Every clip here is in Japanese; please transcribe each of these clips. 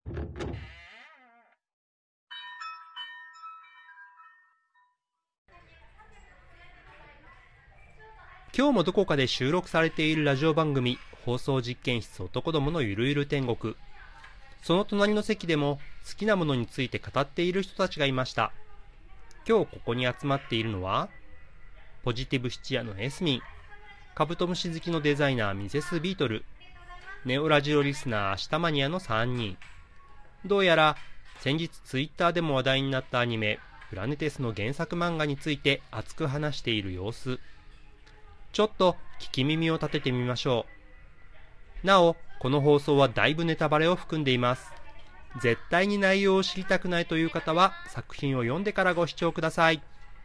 今日もどこかで収録されているラジオ番組、放送実験室男どものゆるゆる天国。その隣の席でも好きなものについて語っている人たちがいました。今日ここに集まっているのは、ポジティブ質屋のエスミン、カブトムシ好きのデザイナーミセスビートル、ネオラジオリスナーアシタマニアの3人。どうやら先日ツイッターでも話題になったアニメプラネテスの原作漫画について熱く話している様子。ちょっと聞き耳を立ててみましょう。なお、この放送はだいぶネタバレを含んでいます。絶対に内容を知りたくないという方は作品を読んでからご視聴ください。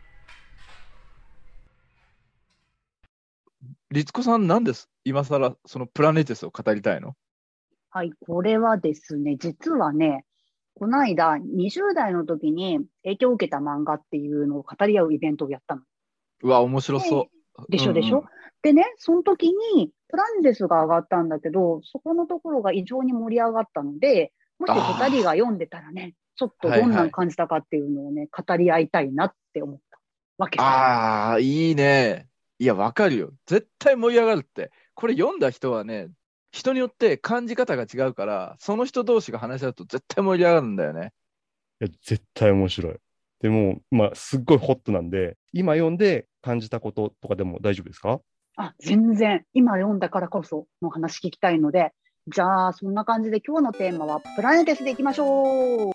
律子さん、なんです今更そのプラネテスを語りたいの？ はい、これはですね、実はね、この間、20代の時に影響を受けた漫画っていうのを語り合うイベントをやったの。 うわ、面白そう。 でしょでしょ、でね、その時にプランデスが上がったんだけど、そこのところが異常に盛り上がったので、もし2人が読んでたらね、ちょっとどんな感じたかっていうのをね、語り合いたいなって思ったわけです。 ああ、いいね。いや、わかるよ。絶対盛り上がるって。これ読んだ人はね、人によって感じ方が違うから、その人同士が話し合うと絶対盛り上がるんだよね。 いや、絶対面白い。でも、すっごいホットなんで、今読んで感じたこととかでも大丈夫ですか？ 全然。今読んだからこその話聞きたいので、じゃあ、そんな感じで今日のテーマはプラネテスでいきましょう。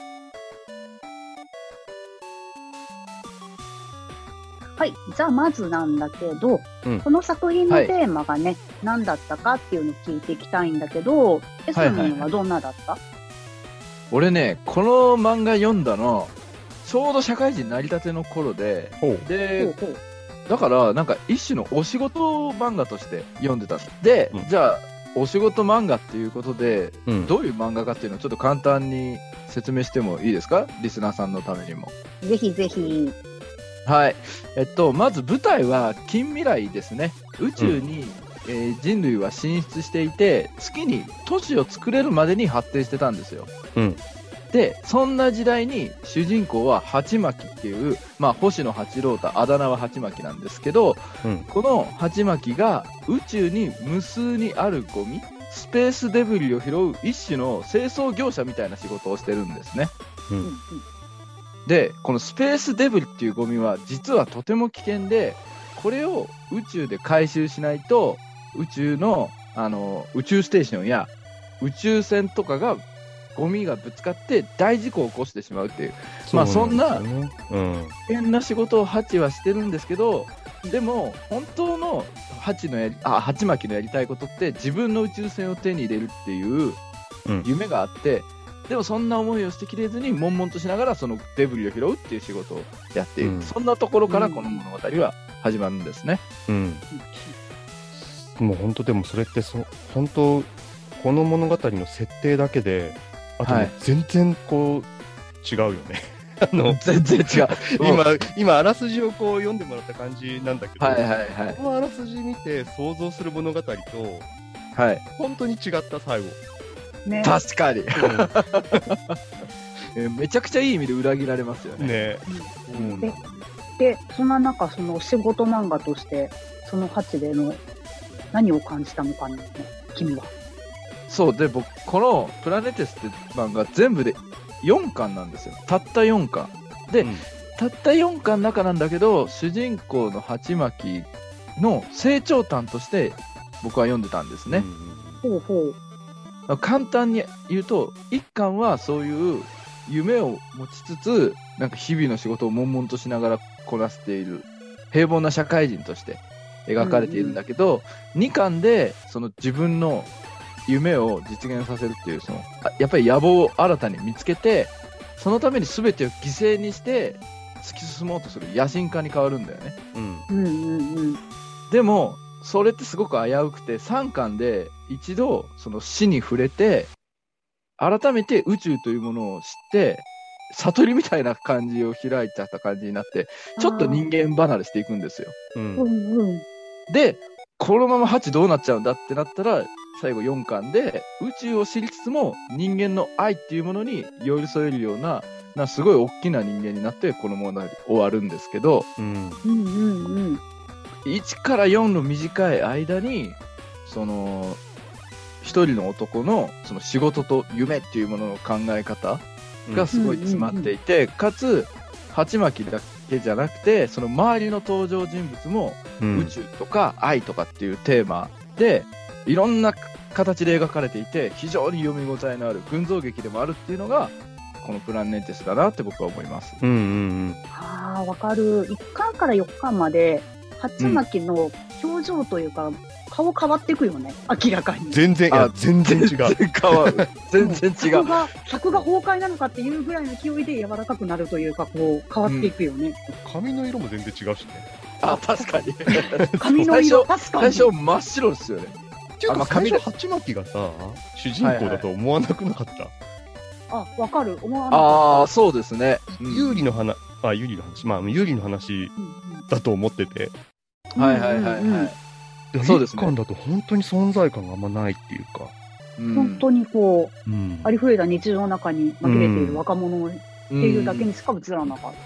はい。じゃあ、まずなんだけど、この作品のテーマがね、何だったかっていうのを聞いていきたいんだけど、エスミンはどんなだった？ 俺ね、この漫画読んだの、ちょうど社会人成り立ての頃で、だからなんか一種のお仕事漫画として読んでた。で、じゃあお仕事漫画っていうことで、どういう漫画かっていうのをちょっと簡単に説明してもいいですか？リスナーさんのためにも。 ぜひぜひ。 はい。まず舞台は近未来ですね。宇宙に、人類は進出していて、月に都市を作れるまでに発展してたんですよ。で、そんな時代に主人公は鉢巻っていう、星野八郎太、あだ名は鉢巻なんですけど、この鉢巻が宇宙に無数にあるゴミ、スペースデブリを拾う一種の清掃業者みたいな仕事をしてるんですね。で、このスペースデブリっていうゴミは実はとても危険で、これを宇宙で回収しないと、宇宙の、宇宙ステーションや宇宙船とかがゴミがぶつかって大事故を起こしてしまうっていう、そんな危険な仕事をハチはしてるんですけど、でも本当のハチマキのやりたいことって自分の宇宙船を手に入れるっていう夢があって、でもそんな思いをしてきれずに悶々としながらそのデブリを拾うっていう仕事をやっている、そんなところからこの物語は始まるんですね。 もう本当でもそれって本当この物語の設定だけであと全然こう違うよね。 全然違う。 今あらすじをこう読んでもらった感じなんだけど、このあらすじ見て想像する物語と、本当に違った最後。 確かに。めちゃくちゃいい意味で裏切られますよね。 で、そんな中、その仕事漫画として、そのハチでの何を感じたのかね、君は。 そうで、僕このプラネテスって漫画全部で4巻なんですよ。たった4巻で、たった4巻の中なんだけど、主人公の鉢巻の成長譚として僕は読んでたんですね。簡単に言うと、1巻はそういう夢を持ちつつ、なんか日々の仕事を悶々としながらこなしている平凡な社会人として描かれているんだけど、2巻でその自分の夢を実現させるっていう、やっぱり野望を新たに見つけて、そのために全てを犠牲にして突き進もうとする野心家に変わるんだよね。でもそれってすごく危うくて、3巻で一度その死に触れて、改めて宇宙というものを知って、悟りみたいな感じを開いちゃった感じになって、ちょっと人間離れしていくんですよ。で、 このまま8どうなっちゃうんだってなったら、最後4巻で、宇宙を知りつつも人間の愛っていうものに寄り添えるような、すごい大きな人間になって、この物語終わるんですけど、1から4の短い間に、一人の男のその仕事と夢っていうものの考え方がすごい詰まっていて、かつ鉢巻だけじゃなくて、その周りの登場人物も宇宙とか愛とかっていうテーマでいろんな形で描かれていて、非常に読み応えのある群像劇でもあるっていうのがこのプラネテスだなって僕は思います。 ああ、わかる。1巻から4巻まで鉢巻の表情というか、顔変わっていくよね、明らかに。 全然違う。 全然違う。 作が崩壊なのかっていうぐらいの勢いで柔らかくなるというか、こう変わっていくよね。 髪の色も全然違うしね。 確かに。 髪の色、確かに。 最初真っ白ですよね。 最初鉢巻がさ、主人公だと思わなくなかった？ わかる。思わなかった。 そうですね。 有利の話だと思ってて。そうですね。1巻だと本当に存在感があんまないっていうか。 本当にこう、ありふれた日常の中に紛れている若者っていうだけにしか映らなかった。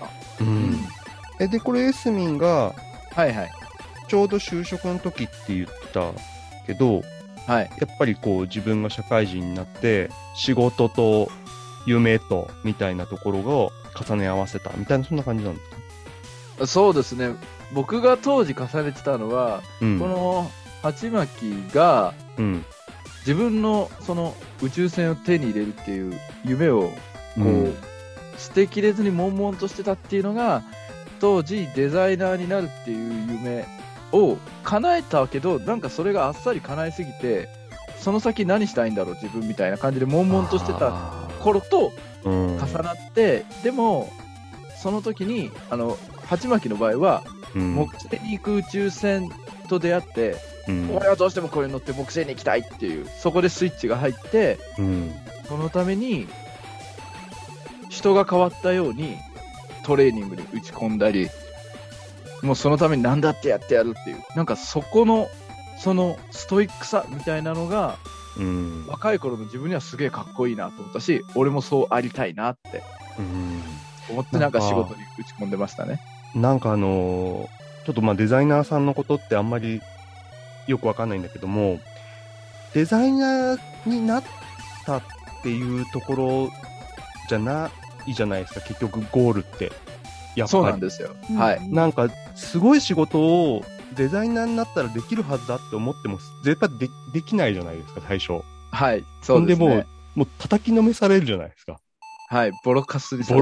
で、これエスミンが、ちょうど就職の時って言ったけど、やっぱりこう自分が社会人になって仕事と夢とみたいなところを重ね合わせたみたいな、そんな感じなんですか？ そうですね。僕が当時重ねてたのは、この鉢巻が、自分のその宇宙船を手に入れるっていう夢をこう、捨てきれずに悶々としてたっていうのが、当時デザイナーになるっていう夢を叶えたけど、なんかそれがあっさり叶えすぎて、その先何したいんだろう自分みたいな感じで悶々としてた頃と重なって、でもその時に鉢巻の場合は、木星に行く宇宙船と出会って、俺はどうしてもこれに乗って木星に行きたいっていう、そこでスイッチが入って、そのために人が変わったようにトレーニングに打ち込んだり、もうそのために何だってやってやるっていう、なんかそこのそのストイックさみたいなのが、若い頃の自分にはすげえかっこいいなと思ったし、俺もそうありたいなって思って、なんか仕事に打ち込んでましたね。 なんかちょっとデザイナーさんのことってあんまりよくわかんないんだけども、デザイナーになったっていうところじゃないじゃないですか、結局ゴールって。やっぱりそうなんですよ。 なんかすごい仕事をデザイナーになったらできるはずだって思っても絶対できないじゃないですか、最初。 そうですね。 でもう叩きのめされるじゃないですか。 ボロカスに。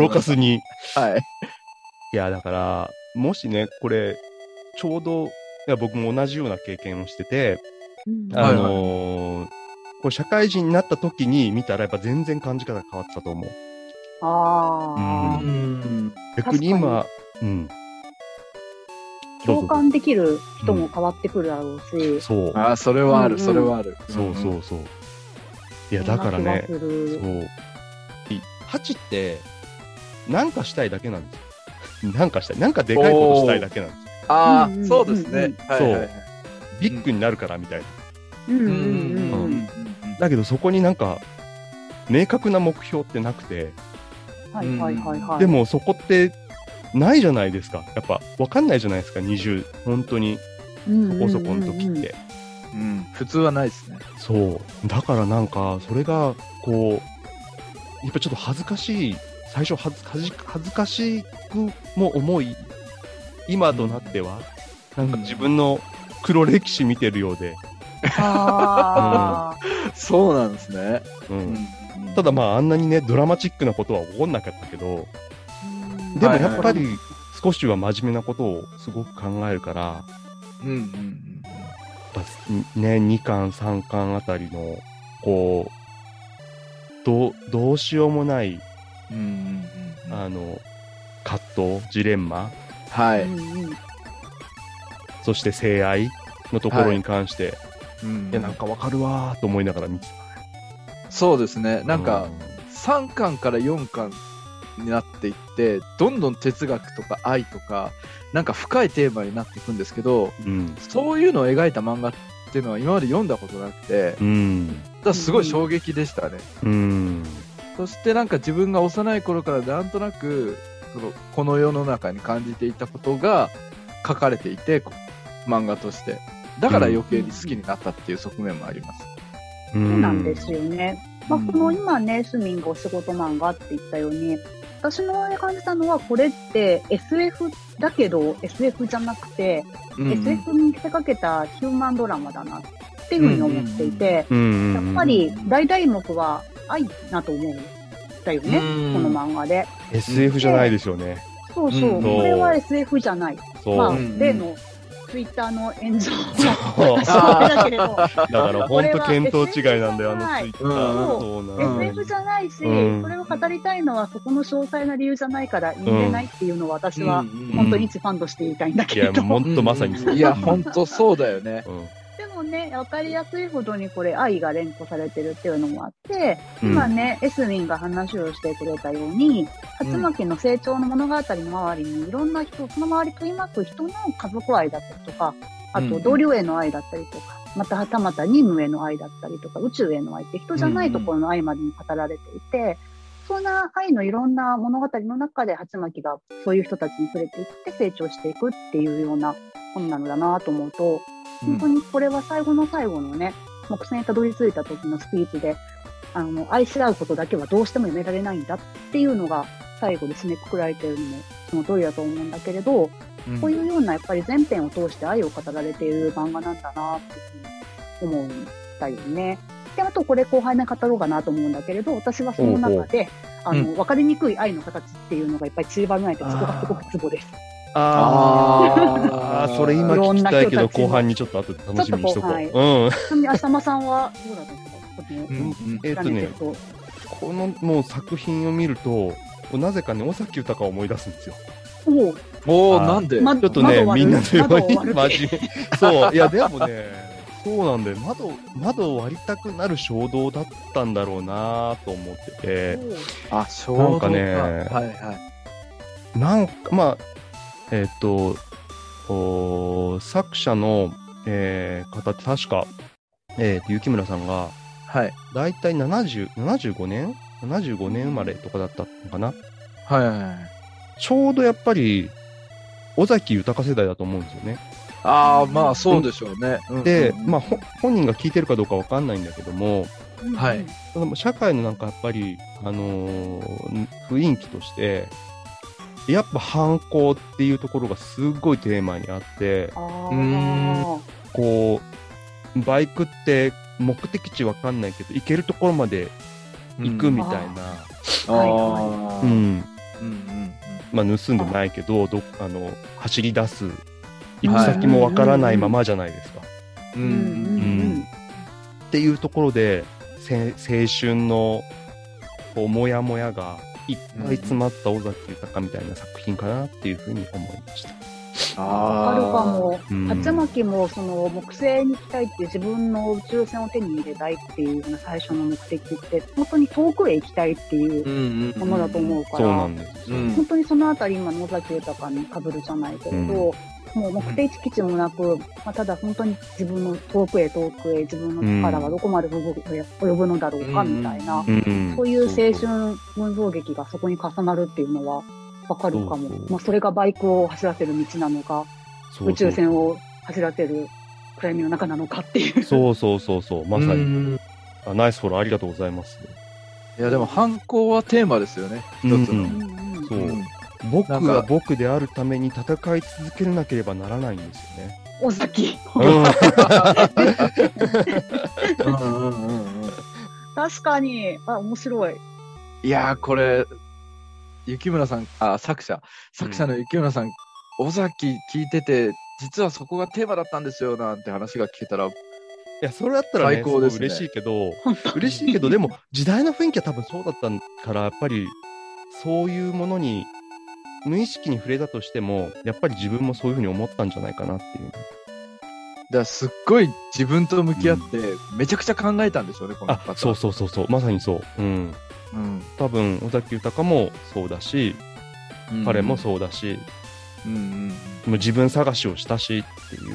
いや、だから、もしね、これ、ちょうど、僕も同じような経験をしてて、これ社会人になった時に見たら、やっぱ全然感じ方が変わったと思う。逆に今、 共感できる人も変わってくるだろうし。 それはある、それはある。 そう。いや、だからね、8って、なんかしたいだけなんですよ。なんかでかいことしたいだけなんですよ。そうですね。 ビッグになるからみたいな。だけどそこになんか、明確な目標ってなくて、でもそこってないじゃないですか。やっぱ分かんないじゃないですか、本当にそこそこの時って。 普通はないですね。 そう。だからなんか、それが、こう、やっぱちょっと恥ずかしい、最初恥ずかしくも思い、今となっては、なんか自分の黒歴史見てるようで。 そうなんですね。 ただあんなにね、ドラマチックなことは起こんなかったけど、でもやっぱり少しは真面目なことをすごく考えるから、ね、2巻、3巻あたりの、こう、どうしようもない、葛藤、ジレンマ、そして性愛のところに関して、いや、なんかわかるわーと思いながら見てた。 そうですね。なんか、3巻から4巻になっていって、どんどん哲学とか愛とか、なんか深いテーマになっていくんですけど、そういうのを描いた漫画っていうのは今まで読んだことなくて、だからすごい衝撃でしたね。そしてなんか自分が幼い頃からなんとなく、この世の中に感じていたことが書かれていて、漫画として。だから余計に好きになったっていう側面もあります。 そうなんですよね。この今ね、スミンがお仕事漫画って言ったように、私の感じたのは、これって SF だけど SF じゃなくて、SF に見せかけたヒューマンドラマだなっていうふうに思っていて、やっぱり大題目は愛なと思うんだよね、この漫画で。 SF じゃないでしょうね。 そう、これは SF じゃない。例のツイッターの炎上だけど、だから本当見当違いなんだよ、ツイッター。 SF じゃないし、それを語りたいのはそこの詳細な理由じゃないから言えないっていうのを私は本当に一ファンとして言いたいんだけれど。 いや、本当まさにそう。 いや、本当そうだよね。 でもね、わかりやすいほどにこれ愛が連呼されてるっていうのもあって、今ね、エスミンが話をしてくれたように、勝巻の成長の物語の周りにいろんな人、その周り取り巻く人の家族愛だったりとか、あと同僚への愛だったりとか、またはたまた任務への愛だったりとか、宇宙への愛って人じゃないところの愛までに語られていて、そんな愛のいろんな物語の中で勝巻がそういう人たちに触れていって成長していくっていうような本なのだなと思うと、本当にこれは最後の最後のね、木星にたどり着いた時のスピーチで、愛し合うことだけはどうしてもやめられないんだっていうのが最後で締めくくられているのもその通りだと思うんだけれど、こういうようなやっぱり全編を通して愛を語られている漫画なんだなっていうふうに思うんだよね。で、あとこれ後輩で語ろうかなと思うんだけれど、私はその中で、分かりにくい愛の形っていうのがいっぱい散りばめられて、そこがすごくツボです。 それ今聞きたいけど、後半にちょっと後で楽しみにしとこう。 浅間さんはどうだったんですか？ このもう作品を見ると、なぜかね、尾崎豊を思い出すんですよ。 なんで？ ちょっとね、みんなのように真面目。そう、いやでもね、そうなんで、窓を割りたくなる衝動だったんだろうなと思ってて。 衝動か。 ね、なんかまあ、作者の、方って確か、雪村さんが、だいたい75年生まれとかだったのかな。ちょうどやっぱり、尾崎豊世代だと思うんですよね。 まあそうでしょうね。 で、まあ本人が聞いてるかどうかわかんないんだけども、社会のなんかやっぱり、雰囲気として、やっぱ反抗っていうところがすごいテーマにあって、こう、バイクって目的地わかんないけど、行けるところまで行くみたいな。まあ盗んでないけど、走り出す、行く先もわからないままじゃないですか。っていうところで、青春のモヤモヤがいっぱい詰まった尾崎豊みたいな作品かなっていうふうに思いました。 わかるかも。勝巻もその木星に行きたいっていう自分の宇宙船を手に入れたいっていうような最初の目的って本当に遠くへ行きたいっていうものだと思うから、 そうなんです。 本当にそのあたり今の尾崎豊に被るじゃないけれど、もう目的地もなく、ただ本当に自分の遠くへ自分の力がどこまで及ぶのだろうかみたいな、そういう青春群像劇がそこに重なるっていうのはわかるかも。それがバイクを走らせる道なのか、宇宙船を走らせる暗闇の中なのかっていう。 そう、まさに。ナイスフォローありがとうございます。 いやでも反抗はテーマですよね、一つの。 そう。僕は僕であるために戦い続けなければならないんですよね。 尾崎。確かに。面白い。 いやー、これ、雪村さん、作者の雪村さん、尾崎聞いてて、実はそこがテーマだったんですよ、なんて話が聞けたら、 いや、それだったらね、最高ですね。嬉しいけど、でも、時代の雰囲気は多分そうだったから、やっぱり、そういうものに、無意識に触れたとしても、やっぱり自分もそういうふうに思ったんじゃないかなっていう。 だからすっごい自分と向き合って、めちゃくちゃ考えたんでしょうね、この方。 そう。まさにそう。 多分尾崎豊もそうだし、彼もそうだし、もう自分探しをしたしっていう、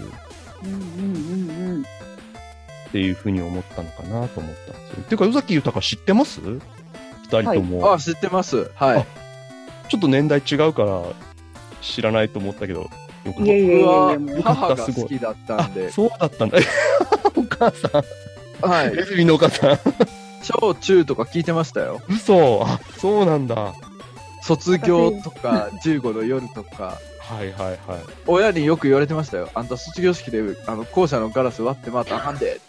っていうふうに思ったのかなと思ったんですよ。っていうか尾崎豊知ってます？2人とも。 あ、知ってます。はい。 ちょっと年代違うから知らないと思ったけど、 僕は母が好きだったんで。 そうだったんだ。お母さん。はい。レズミのお母さん。 小中とか聞いてましたよ。 嘘。あ、そうなんだ。 卒業とか15の夜とか。 はいはいはい。 親によく言われてましたよ。あんた卒業式で校舎のガラス割ってまたあかんでって。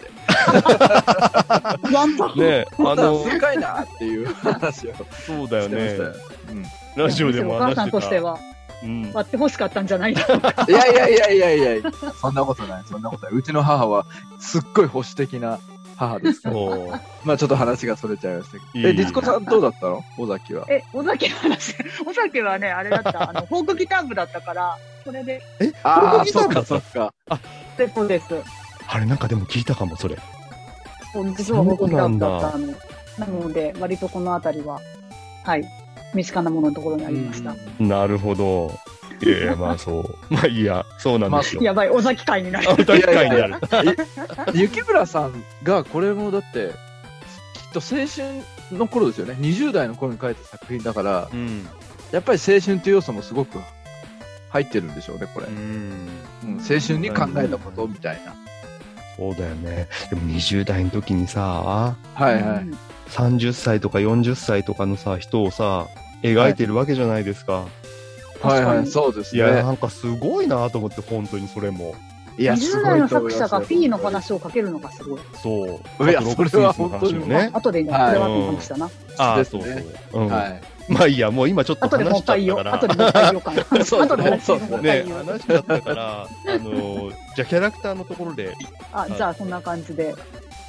ねえ、 すごいなっていう話を。 そうだよね。ラジオでもお母さんとしては。割ってほしかったんじゃないですか。 いや、そんなことない、そんなことない。うちの母はすっごい保守的な母ですから。まあちょっと話がそれちゃいましたけど。律子さんどうだったの？尾崎は。 尾崎はね、あれだった。フォークギター部だったから、それで。 ああ、そっかそっか。 そうです。 あれなんかでも聞いたかも、それ。 実はフォークギター部だった。なので、割とこのあたりは、はい。身近なもののところにありました。 なるほど。いやいや、まあそう。まあいいや、そうなんですよ。 やばい、尾崎会になる。 尾崎会になる。 雪村さんがこれもだって、きっと青春の頃ですよね。20代の頃に書いた作品だから、やっぱり青春という要素もすごく入ってるんでしょうね、これ。青春に考えたことみたいな。 そうだよね。でも20代の時にさ、 はいはい。 30歳とか40歳とかのさ、人をさ、描いてるわけじゃないですか。 はいはい、そうですね。 いや、なんかすごいなと思って、本当にそれも。 いや、20代の作者がフィーの話を書けるのがすごい。 そう。 いや、それは本当にね。 後でね、これはの話だな。 ああ、そうそう。はい。まあいいや、もう今ちょっと話しちゃったから。 後でもう一回言おうかな。後で話しちゃったから、じゃあキャラクターのところで。 じゃあそんな感じで。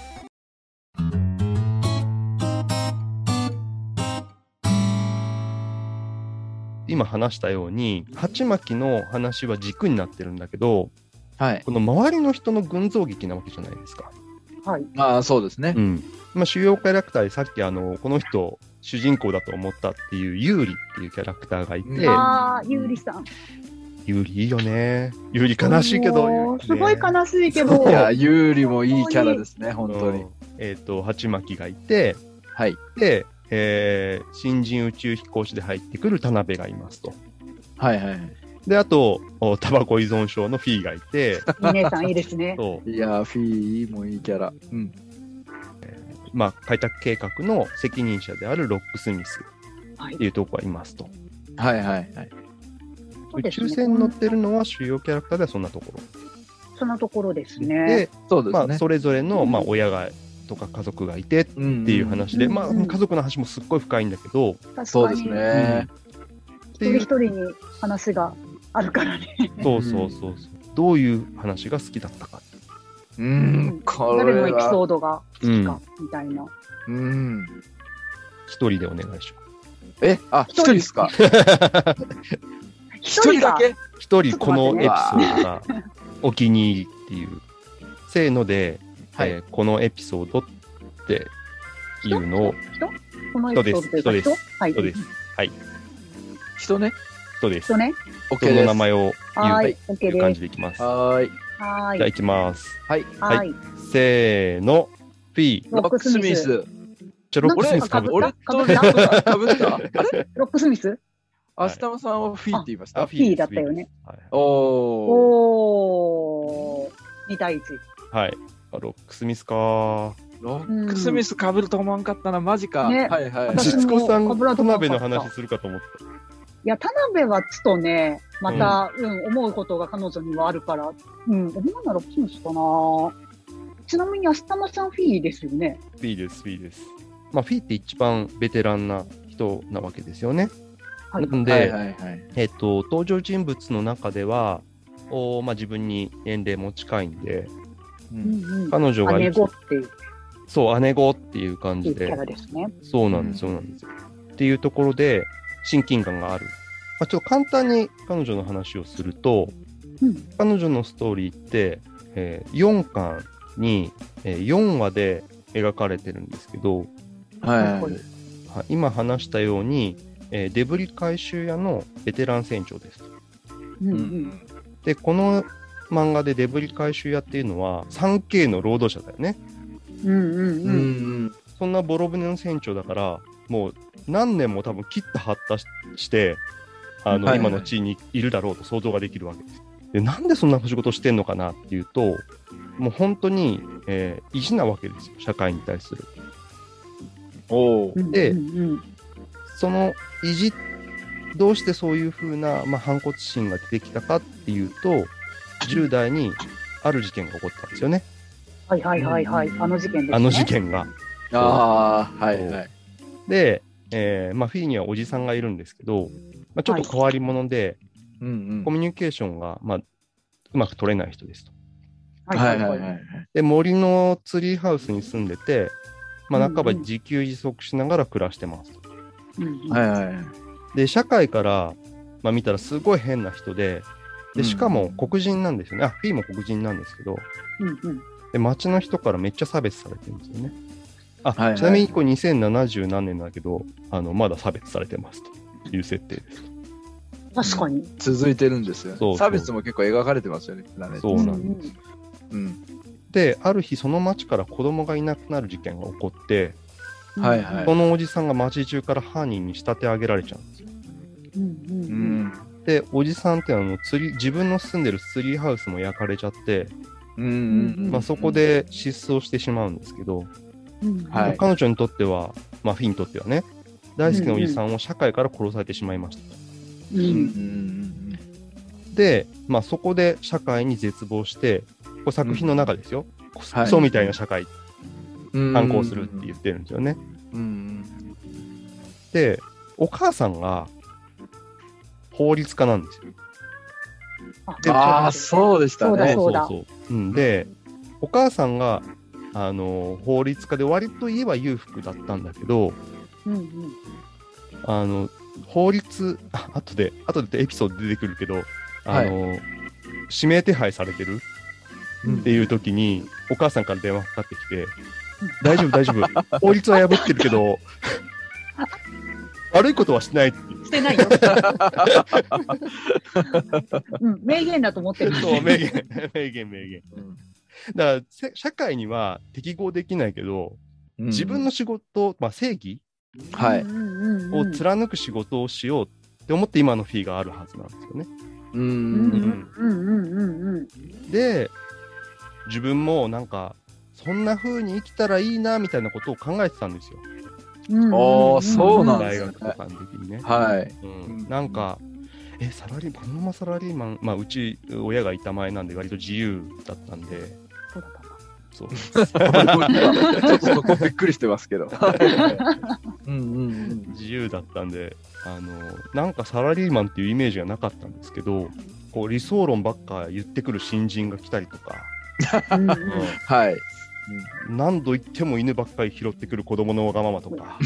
今話したように、鉢巻の話は軸になってるんだけど、 はい、 この周りの人の群像劇なわけじゃないですか。 はい。 ああ、そうですね。 まあ、主要キャラクターでさっきこの人、主人公だと思ったっていうユーリっていうキャラクターがいて。 ユーリさん。 ユーリいいよね。ユーリ悲しいけど。 すごい悲しいけど。 いや、ユーリもいいキャラですね、本当に。 鉢巻がいて、 はい。 で、新人宇宙飛行士で入ってくる田辺がいますと。 はいはい。 で、あと、タバコ依存症のフィーがいて。 お姉さんいいですね。 いや、フィーもいいキャラ。 まあ、開拓計画の責任者であるロックスミスっていうとこがいますと。 はいはいはい。 宇宙船に乗ってるのは主要キャラクターではそんなところ。 そんなところですね。 で、まあ、それぞれの、まあ、親が、とか家族がいてっていう話で、まあ、家族の話もすっごい深いんだけど。 そうですね。 一人一人に話があるからね。 そう。どういう話が好きだったか。 誰のエピソードが好きか、みたいな。 一人でお願いします。一人ですか？一人だけ？ 一人このエピソードがお気に入りっていう。せーので、このエピソードっていうのを。人です。人です。はい。人です。はい。 人ね。 人です。 人ね。 人の名前を言うという感じでいきます。 はい。 じゃあいきます。 はい。 はい。 せーの。フィー。 ロックスミス。 じゃロックスミスかぶった。 俺とリップがかぶった。あれ？ ロックスミス？ アスタマさんはフィーって言いました。 フィーだったよね。 おー。2対1。 はい。ロックスミスか。 ロックスミスかぶると思わんかったな、マジか。はいはい。 律子さん、田辺の話するかと思った。 いや、田辺はちょっとね、また、思うことが彼女にはあるから、思うならロックスミスかな。ちなみに、アスタマさんフィーですよね。 フィーです。まあ、フィーって一番ベテランな人なわけですよね。なんで、登場人物の中では、まあ、自分に年齢も近いんで、彼女が姉子っていう。 そう、姉子っていう感じで。 キャラですね。 そうなんです、っていうところで、親近感がある。まあ、ちょっと簡単に彼女の話をすると、彼女のストーリーって、4巻に、4話で描かれてるんですけど、 は今話したように、デブリ回収屋のベテラン船長です。で、この漫画でデブリ回収屋っていうのは 3K の労働者だよね。そんなボロ舟の船長だから、もう何年も多分切った張ったして今の地位にいるだろうと想像ができるわけです。で、なんでそんな仕事してんのかなっていうと、もう本当に、意地なわけですよ、社会に対する。で、その意地、どうしてそういう風な、反骨心が出てきたかっていうと、10代にある事件が起こったんですよね。 あの事件ですね。 あの事件が。で、フィーにはおじさんがいるんですけど、ちょっと変わり者で、コミュニケーションが、うまく取れない人ですと。で、森のツリーハウスに住んでて、半ば自給自足しながら暮らしてますと。で、社会から、見たらすごい変な人で、しかも黒人なんですよね。フィーも黒人なんですけど、で、町の人からめっちゃ差別されてるんですよね。ちなみにこれ2070何年だけど、まだ差別されてますという設定です。 確かに。 続いてるんですよね。差別も結構描かれてますよね。 そうなんです。で、ある日その町から子供がいなくなる事件が起こって、そのおじさんが町中から犯人に仕立て上げられちゃうんですよ。で、おじさんって自分の住んでるツリーハウスも焼かれちゃって、そこで失踪してしまうんですけど、彼女にとっては、フィーにとってはね、大好きなおじさんを社会から殺されてしまいましたと。で、そこで社会に絶望して、これ作品の中ですよ、クソみたいな社会、反抗するって言ってるんですよね。で、お母さんが法律家なんですよ。 そうでしたね。 で、お母さんが法律家で割と言えば裕福だったんだけど、法律、後でエピソード出てくるけど、指名手配されてるっていう時に、お母さんから電話かかってきて、大丈夫、法律は破ってるけど、悪いことはしてないって。 してないよ。名言だと思ってる。 そう、名言。だから社会には適合できないけど、自分の仕事、正義を貫く仕事をしようって思って今のフィーがあるはずなんですよね。で、自分もなんかそんな風に生きたらいいなみたいなことを考えてたんですよ。 そうなんですね。 大学とかの時にね。なんかこのままサラリーマン、うち親が板前なんで割と自由だったんで。 ちょっとそこびっくりしてますけど。 自由だったんで、なんかサラリーマンっていうイメージがなかったんですけど、こう理想論ばっか言ってくる新人が来たりとか、何度言っても犬ばっかり拾ってくる子供のわがままとか、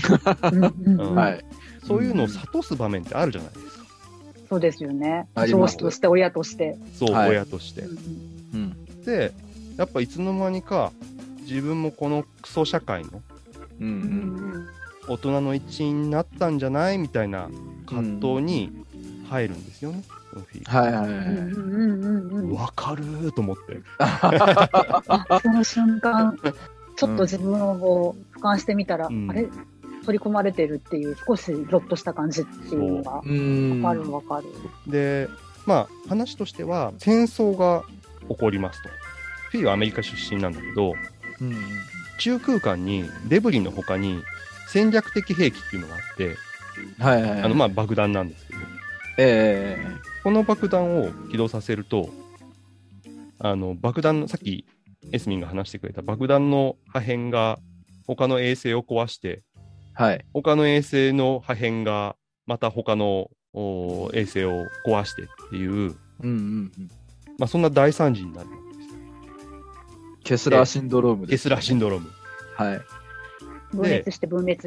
そういうのを諭す場面ってあるじゃないですか。 そうですよね。上司として、親として。 そう、親として。で、やっぱいつの間にか自分もこのクソ社会の大人の一員になったんじゃないみたいな葛藤に入るんですよね。わかるーと思って。 その瞬間、ちょっと自分を俯瞰してみたら、あれ取り込まれてるっていう少しロッとした感じっていうのがわかる。 で、話としては戦争が起こりますと。フィーはアメリカ出身なんだけど、中空間にデブリの他に戦略的兵器っていうのがあって、爆弾なんですけど、この爆弾を起動させると、爆弾のさっきエスミンが話してくれた爆弾の破片が他の衛星を壊して、他の衛星の破片がまた他の衛星を壊してっていう、そんな大惨事になる。 ケスラーシンドロームです。 ケスラーシンドローム。 分裂して、どんどんって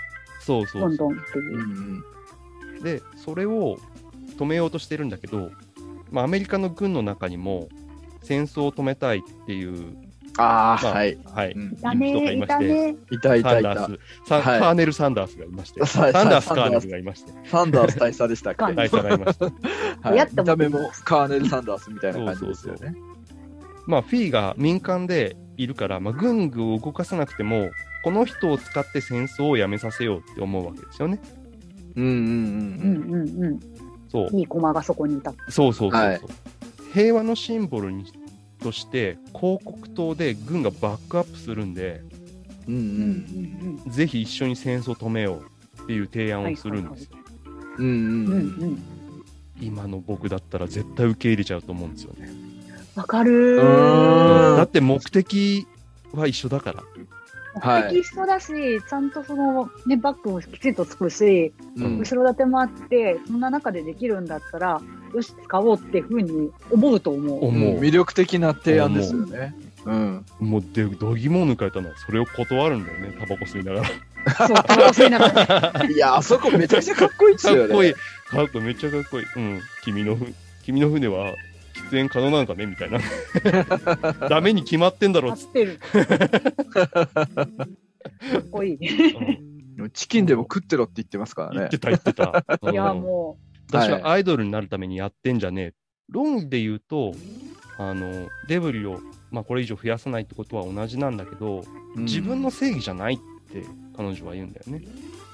いう。 で、それを止めようとしてるんだけど、アメリカの軍の中にも戦争を止めたいっていうああ、はい。 はい。 いたね、いたね。 いた。 カーネル・サンダースがいまして。サンダース・カーネルがいまして。 サンダース大佐でしたっけ？ 大佐がいました。 見た目もカーネル・サンダースみたいな感じですよね。 まあ、フィーが民間でいるから、まあ、軍具を動かさなくても、この人を使って戦争をやめさせようって思うわけですよね。そう。 いい駒がそこにいた。 そう。平和のシンボルとして広告塔で軍がバックアップするんで、ぜひ一緒に戦争を止めようっていう提案をするんですよ。今の僕だったら絶対受け入れちゃうと思うんですよね。 わかる。 だって目的は一緒だから。 目的一緒だし、ちゃんとそのねバッグもきちんとつくし、後ろ盾もあってそんな中でできるんだったらよし使おうっていうふうに思うと思う。 魅力的な提案ですよね。 もうで度肝を抜かれたのはそれを断るんだよね。タバコ吸いながら。 そう、タバコ吸いながら。 いや、あそこめちゃくちゃかっこいいですよね。 かっこいい。めっちゃかっこいい。君の船は喫煙可能なのかねみたいな。ダメに決まってんだろっつってる。 かっこいい。 チキンでも食ってろって言ってますからね。 言ってた。 いや、もう。私はアイドルになるためにやってんじゃねえ。論理で言うと、デブリを、まあ、これ以上増やさないってことは同じなんだけど、自分の正義じゃないって彼女は言うんだよね。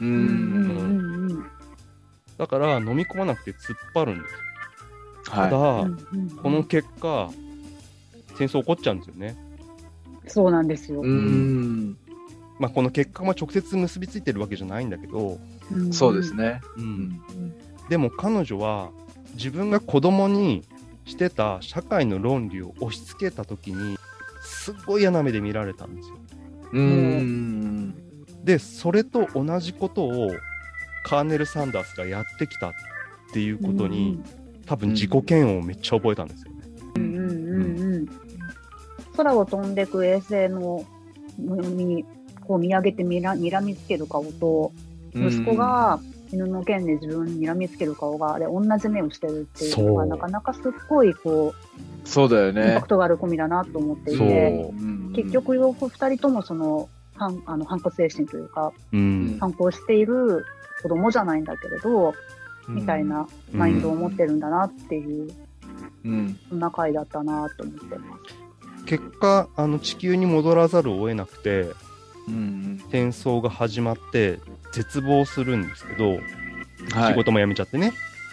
だから飲み込まなくて突っ張るんですよ。ただ、この結果、戦争起こっちゃうんですよね。 そうなんですよ。 まあ、この結果は直接結びついてるわけじゃないんだけど、 そうですね。 でも彼女は自分が子供にしてた社会の論理を押し付けた時にすっごい嫌な目で見られたんですよ。でそれと同じことをカーネル・サンダースがやってきたっていうことに、多分自己嫌悪をめっちゃ覚えたんですよね。 空を飛んでいく衛星のにこう見上げて睨みつける顔と、息子が犬の剣で自分に睨みつける顔があれ同じ目をしてるっていうのがなかなかすっごいこう、 そうだよね、 インパクトがあるコミだなと思っていて、結局2人ともその反抗精神というか、反抗している子供じゃないんだけれど、みたいなマインドを持ってるんだなっていう、そんな回だったなと思ってます。 結果地球に戻らざるを得なくて、戦争が始まって絶望するんですけど、仕事も辞めちゃってね。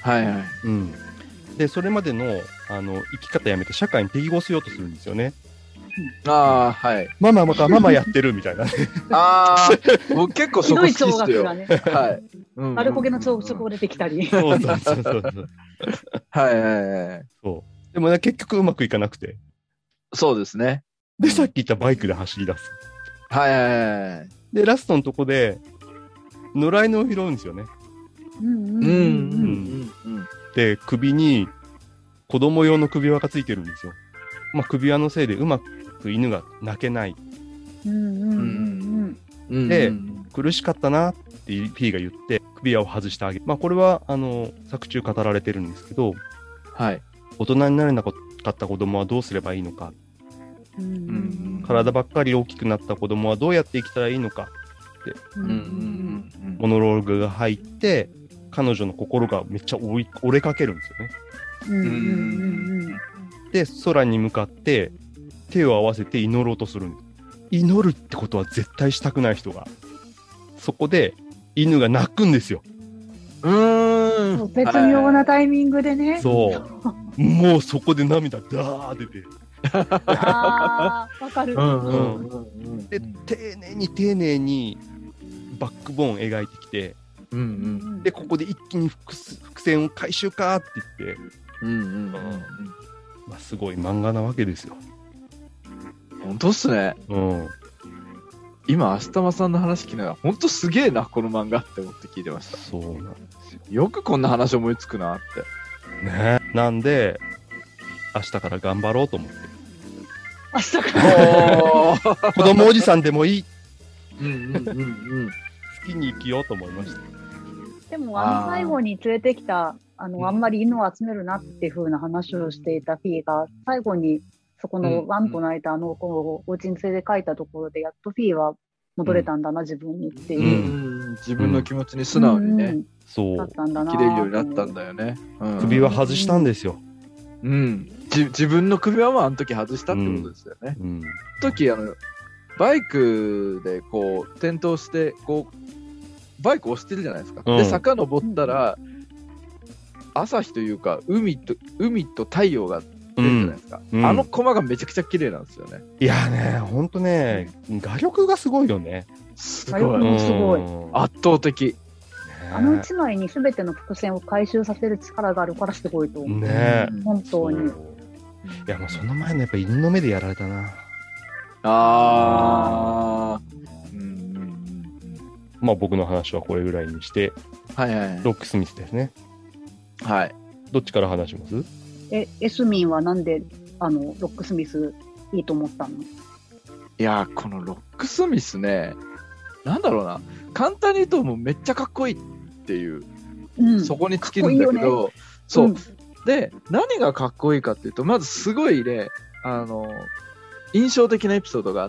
でそれまでの生き方やめて社会に適合しようとするんですよね。ママやってるみたいな。 僕結構そこ好きっすよ。ひどいがね。丸焦げの朝食が出てきたり。 そう。でもね、結局うまくいかなくて。 そうですね。 で、さっき言ったバイクで走り出す。で、ラストのとこで、野良犬を拾うんですよね。で、首に子供用の首輪がついてるんですよ。まあ、首輪のせいでうまく犬が泣けない。で、苦しかったなってフィーが言って、首輪を外してあげる。まあ、これは、作中語られてるんですけど、大人になれなかった子供はどうすればいいのか。体ばっかり大きくなった子供はどうやって生きたらいいのかって、モノローグが入って、彼女の心がめっちゃ折れかけるんですよね。で、空に向かって手を合わせて祈ろうとするんです。祈るってことは絶対したくない人が。そこで犬が鳴くんですよ。 絶妙なタイミングでね。 もうそこで涙ダー出て。 わかる。 で、丁寧にバックボーンを描いてきて、で、ここで一気に伏線を回収かって言って、まあ、すごい漫画なわけですよ。 本当っすね。今、アスタマさんの話聞きながら、本当すげえな、この漫画って思って聞いてました。 そうなんですよ。 よくこんな話思いつくなって。 ね。なんで、明日から頑張ろうと思って。 明日から子供おじさんでもいい。好きに生きようと思いました。 でも最後に連れてきたあんまり犬を集めるなっていう風な話をしていたフィーが最後にそこのワンと泣いたこのお家に連れて帰ったところで、やっとフィーは戻れたんだな、自分にっていう。 自分の気持ちに素直にね、 そう。 だったんだな。 生きれるようになったんだよね。 首は外したんですよ。 自分の首はあの時外したってことですよね。時バイクでこう転倒してこうバイク押してるじゃないですか。で坂登ったら朝日というか海と太陽が出るじゃないですか。あのコマがめちゃくちゃ綺麗なんですよね。 いやね、ほんとね、画力がすごいよね。 すごい。 圧倒的。 あの一枚に全ての伏線を回収させる力があるからすごいと思う。 ね、 本当に。いや、もうその前のやっぱ犬の目でやられたな。まあ僕の話はこれぐらいにして、ロックスミスですね。 はい。 どっちから話します？ エスミンはなんでロックスミスいいと思ったの？ いやこのロックスミスね、なんだろうな、簡単に言うともうめっちゃかっこいいっていう、そこに尽きるんだけど、そう、で何がかっこいいかっていうと、まずすごいね、印象的なエピソードがあって、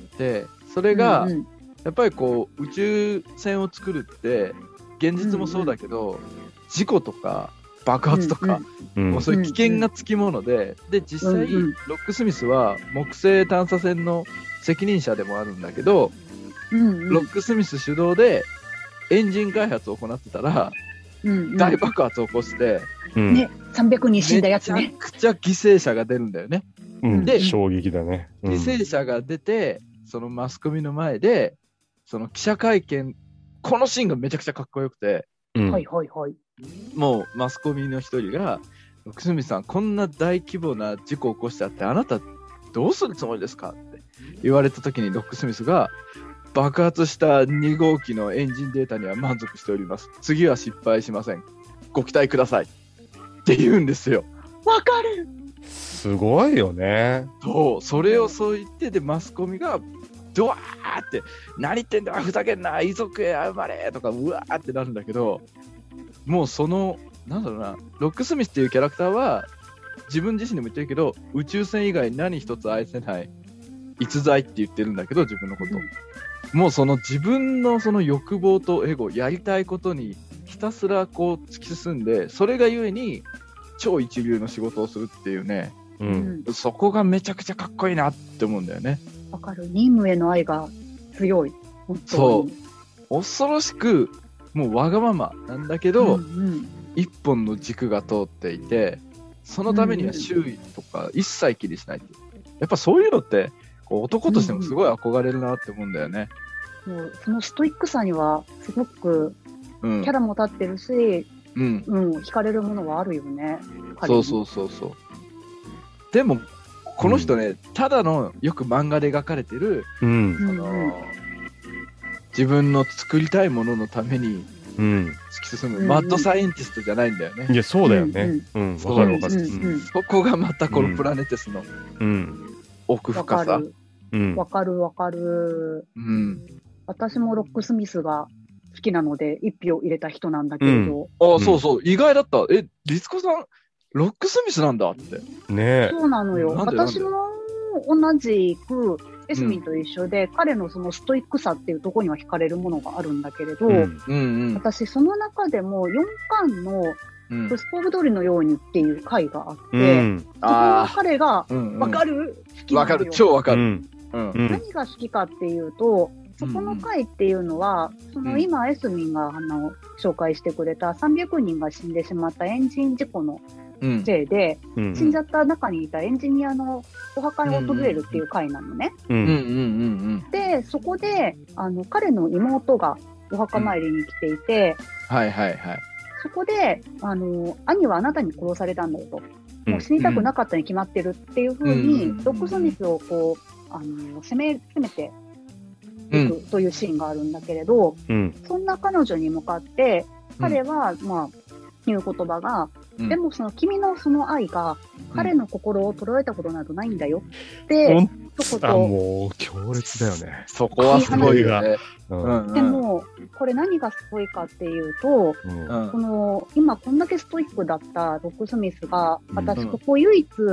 それが、やっぱりこう宇宙船を作るって現実もそうだけど、事故とか爆発とか、もうそういう危険がつきもので、実際、ロックスミスは木星探査船の責任者でもあるんだけど、ロックスミス主導でエンジン開発を行ってたら、大爆発を起こして、 ね、300人死んだやつね。 めちゃくちゃ犠牲者が出るんだよね。 で、衝撃だね。 犠牲者が出て、そのマスコミの前で、その記者会見、このシーンがめちゃくちゃかっこよくて、もうマスコミの一人が、ロックスミスさん、こんな大規模な事故を起こしちゃって、あなたどうするつもりですかって言われた時に、ロックスミスが、爆発した2号機のエンジンデータには満足しております。次は失敗しません。ご期待ください。って言うんですよ。 わかる。 すごいよね。 そう、それをそう言って、で、マスコミが、ドワーって、何言ってんだ、ふざけんな、遺族へ謝れとか、うわーってなるんだけど、もうその、なんだろうな、ロックスミスっていうキャラクターは、自分自身でも言ってるけど、宇宙船以外何一つ愛せない逸材って言ってるんだけど、自分のこと。もうその自分のその欲望とエゴ、やりたいことにひたすらこう突き進んで、それがゆえに超一流の仕事をするっていうね、そこがめちゃくちゃかっこいいなって思うんだよね。 わかる。任務への愛が強い。 そう。恐ろしく、もうわがままなんだけど、一本の軸が通っていて、そのためには周囲とか一切気にしないっていう。やっぱそういうのって、こう男としてもすごい憧れるなって思うんだよね。 もうそのストイックさにはすごくキャラも立ってるし、惹かれるものはあるよね。 そう。でもこの人ね、ただのよく漫画で描かれてる、自分の作りたいもののために突き進む、マッドサイエンティストじゃないんだよね。 いや、そうだよね。わかるわかる。 そこがまたこのプラネテスの奥深さ。 わかる。私もロックスミスが好きなので一票入れた人なんだけれど。 そう、意外だった。リツコさん、ロックスミスなんだって。 ねえ。 そうなのよ。私も同じく、エスミンと一緒で、彼のそのストイックさっていうところには惹かれるものがあるんだけれど、私その中でも4巻のスポーブ通りのようにっていう回があって、そこの彼が、わかる？好きなのよ。 わかる、超わかる。 何が好きかっていうと、そこの回っていうのは、その今エスミンが紹介してくれた300人が死んでしまったエンジン事故のせいで、死んじゃった中にいたエンジニアのお墓に訪れるっていう回なのね。で、そこで彼の妹がお墓参りに来ていて、そこで兄はあなたに殺されたんだよと、もう死にたくなかったに決まってるっていう風に、ロックスミスをこう攻めていくというシーンがあるんだけれど、そんな彼女に向かって彼は言う言葉が、でもその君のその愛が彼の心を捉えたことなどないんだよって、 もう強烈だよね。 そこはすごいよね。 でもこれ何がすごいかっていうと、この今こんだけストイックだったロックスミスが、私ここ唯一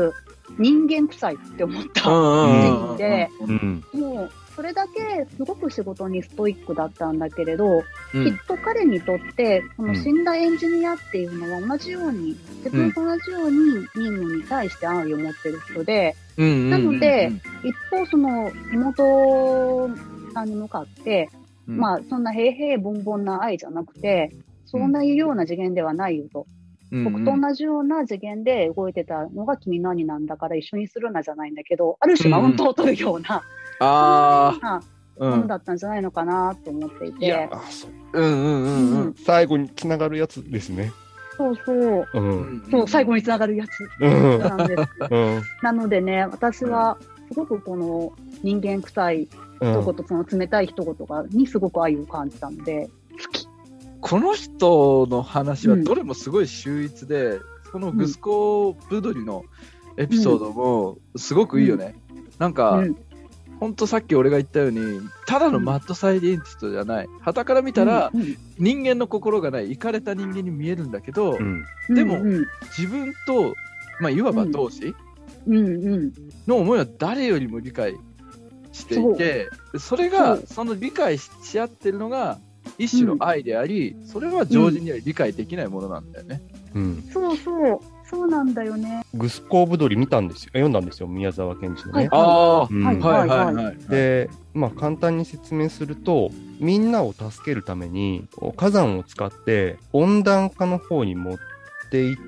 人間臭いって思ったシーンで、もうそれだけすごく仕事にストイックだったんだけれど、きっと彼にとってその死んだエンジニアっていうのは同じように、自分と同じように任務に対して愛を持ってる人で、なので一方その妹さんに向かって、まあそんな平々凡々な愛じゃなくて、そんないうような次元ではないよと。僕と同じような次元で動いてたのが君の兄なんだから一緒にするなじゃないんだけど、ある種マウントを取るような、ものだったんじゃないのかなと思っていて。 最後につながるやつですね。 そうそう。そう、最後につながるやつ。なんです。なのでね、私はすごくこの人間臭い一言、その冷たい一言にすごく愛を感じたので、好き。 この人の話はどれもすごい秀逸で、このグスコ・ブドリのエピソードもすごくいいよね。なんか、ほんとさっき俺が言ったように、ただのマッドサイエンティストじゃない。傍から見たら、人間の心がない、イカれた人間に見えるんだけど、でも、自分と、まあ、いわば同志の思いは誰よりも理解していて、それが、その理解し合ってるのが、一種の愛であり、それは常人には理解できないものなんだよね。 そうそう。そうなんだよね。 グスコ・ブドリ見たんですよ。読んだんですよ。宮沢賢治のね。で、まあ簡単に説明すると、みんなを助けるために火山を使って温暖化の方に持っていって、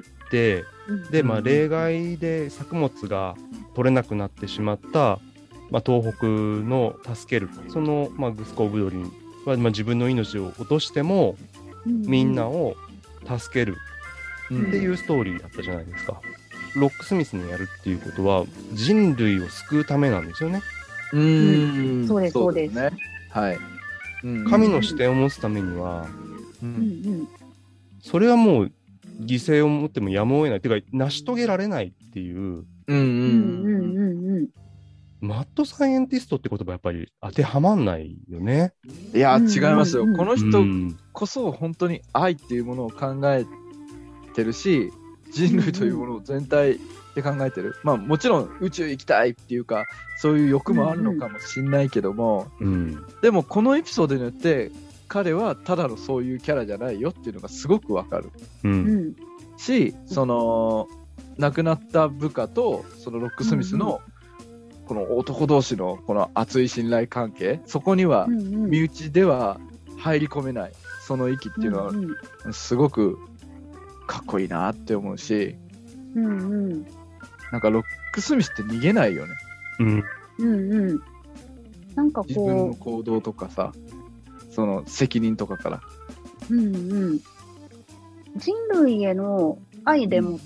で、まあ例外で作物が取れなくなってしまった、まあ、東北の助ける。その、まあ、グスコ・ブドリは、まあ、自分の命を落としても、みんなを助ける。っていうストーリーだったじゃないですか。ロックスミスにやるっていうことは人類を救うためなんですよね。 そうですそうですね。 はい。 神の視点を持つためには、それはもう犠牲を持ってもやむを得ない。てか成し遂げられないっていう。マッドサイエンティストって言葉やっぱり当てはまんないよね。 いや違いますよ。この人こそ本当に愛っていうものを考えてるし、人類というものを全体で考えてる。まあもちろん宇宙行きたいっていうかそういう欲もあるのかもしんないけども、でもこのエピソードによって彼はただのそういうキャラじゃないよっていうのがすごくわかる、し、その亡くなった部下とそのロックスミスのこの男同士のこの熱い信頼関係、そこには身内では入り込めないその息っていうのはすごくかっこいいなって思うし、なんかロックスミスって逃げないよね。 なんかこう自分の行動とかさ、その責任とかから、 人類への愛でもって、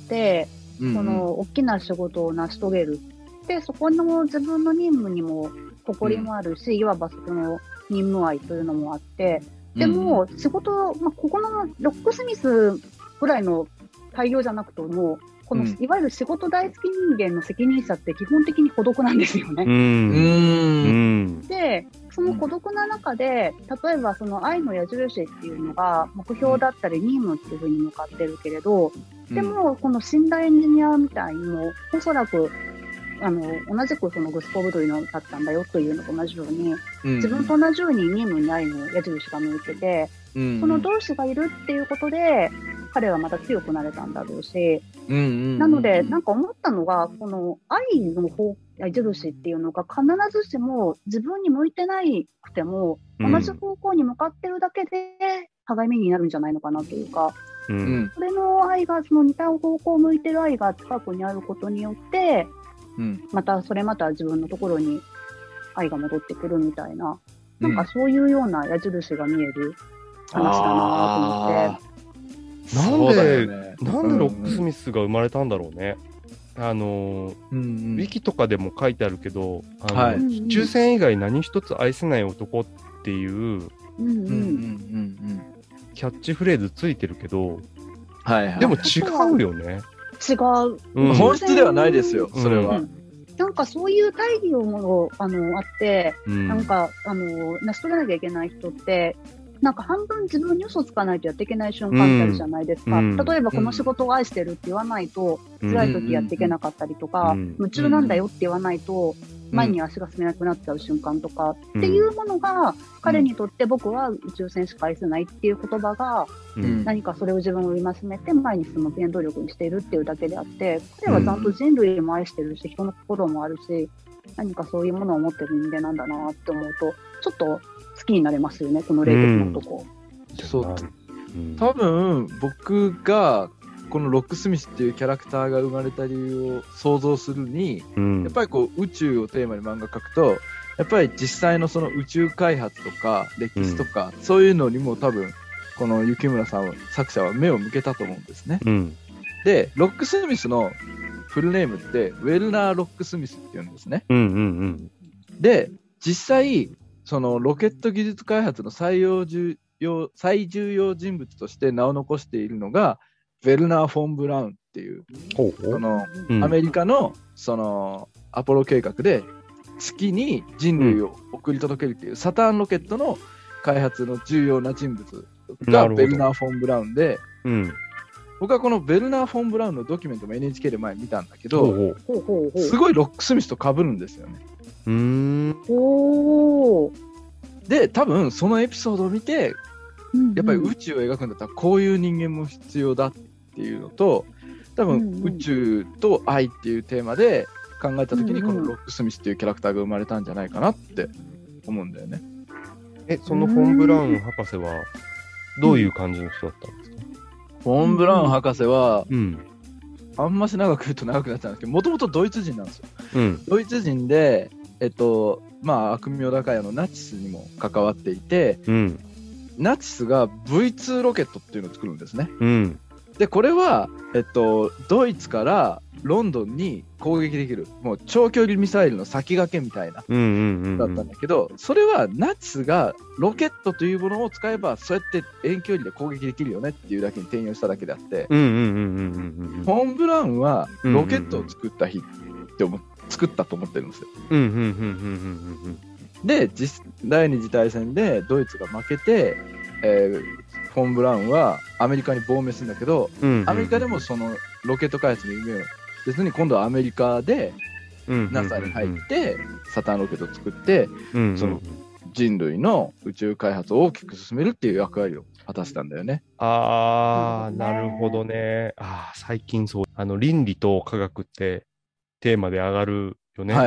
この大きな仕事を成し遂げる。で、そこの自分の任務にも誇りもあるし、いわばその任務愛というのもあって、でも仕事、まあ、ここのロックスミスぐらいの大量じゃなくても、このいわゆる仕事大好き人間の責任者って基本的に孤独なんですよね。で、その孤独な中で、例えばその愛の矢印っていうのが目標だったり任務っていうふうに向かってるけれど、でもこの死んだエンジニアみたいにもおそらく同じくそのグスコ・ブドリのだったんだよというのと同じように、自分と同じように任務に愛の矢印が向いてて、その同志がいるっていうことで彼はまた強くなれたんだろうし、なのでなんか思ったのが、この愛の矢印っていうのが必ずしも自分に向いてないくても、同じ方向に向かってるだけで励みになるんじゃないのかなというか、それの愛が、その似た方向を向いてる愛が近くにあることによって、また自分のところに愛が戻ってくるみたいな、なんかそういうような矢印が見える話だなと思って。 なんでロックスミスが生まれたんだろうね。ウィキとかでも書いてあるけど、宇宙船以外何一つ愛せない男っていうキャッチフレーズついてるけど、でも違うよね。 違う、 本質ではないですよ、それは。 なんかそういう大義もあって、なんか成し遂げなきゃいけない人って、 なんか半分自分に嘘つかないとやっていけない瞬間ってあるじゃないですか。例えばこの仕事を愛してるって言わないと辛い時やっていけなかったりとか、夢中なんだよって言わないと前に足が進めなくなっちゃう瞬間とかっていうものが、彼にとって僕は宇宙船しか愛せないっていう言葉が、何かそれを自分を戒めて前に進む原動力にしているっていうだけであって、彼はちゃんと人類も愛してるし、人の心もあるし、何かそういうものを持ってる人間なんだなって思うと、ちょっと好きになれますよね、この霊的な男。 そう、多分僕がこのロックスミスっていうキャラクターが生まれた理由を想像するに、やっぱりこう宇宙をテーマに漫画描くと、やっぱり実際のその宇宙開発とか歴史とか、そういうのにも多分この雪村さん作者は目を向けたと思うんですね。でロックスミスのフルネームってウェルナー・ロックスミスっていうんですね。で実際そのロケット技術開発の最重要人物として名を残しているのがヴェルナー・フォン・ブラウンっていう、そのアメリカのそのアポロ計画で月に人類を送り届けるっていうサターンロケットの開発の重要な人物がヴェルナー・フォン・ブラウンで、僕はこのヴェルナー・フォン・ブラウンのドキュメントも NHK で前見たんだけど、すごいロックスミスと被るんですよね。で多分そのエピソードを見て、やっぱり宇宙を描くんだったらこういう人間も必要だっていうのと、多分宇宙と愛っていうテーマで考えた時にこのロックスミスっていうキャラクターが生まれたんじゃないかなって思うんだよね。 そのフォン・ブラウン博士はどういう感じの人だったんですか？ フォン・ブラウン博士は、あんまし長く言うと長くなっちゃうんですけど、もともとドイツ人なんですよ。ドイツ人で悪名高いナチスにも関わっていて、ナチスが V2 ロケットっていうのを作るんですね。でこれは、ドイツからロンドンに攻撃できるもう長距離ミサイルの先駆けみたいなだったんだけど、それはナチスがロケットというものを使えばそうやって遠距離で攻撃できるよねっていうだけに転用しただけであって、フォン・ブラウンはロケットを作った日って作ったと思ってるんですよ。で第二次大戦でドイツが負けて、フォン・ブラウンはアメリカに亡命するんだけど、アメリカでもそのロケット開発の夢を別に今度はアメリカで NASA に入ってサターンロケットを作って、その人類の宇宙開発を大きく進めるっていう役割を果たしたんだよね。 なるほどね。最近そう倫理と科学ってテーマで上がるよね。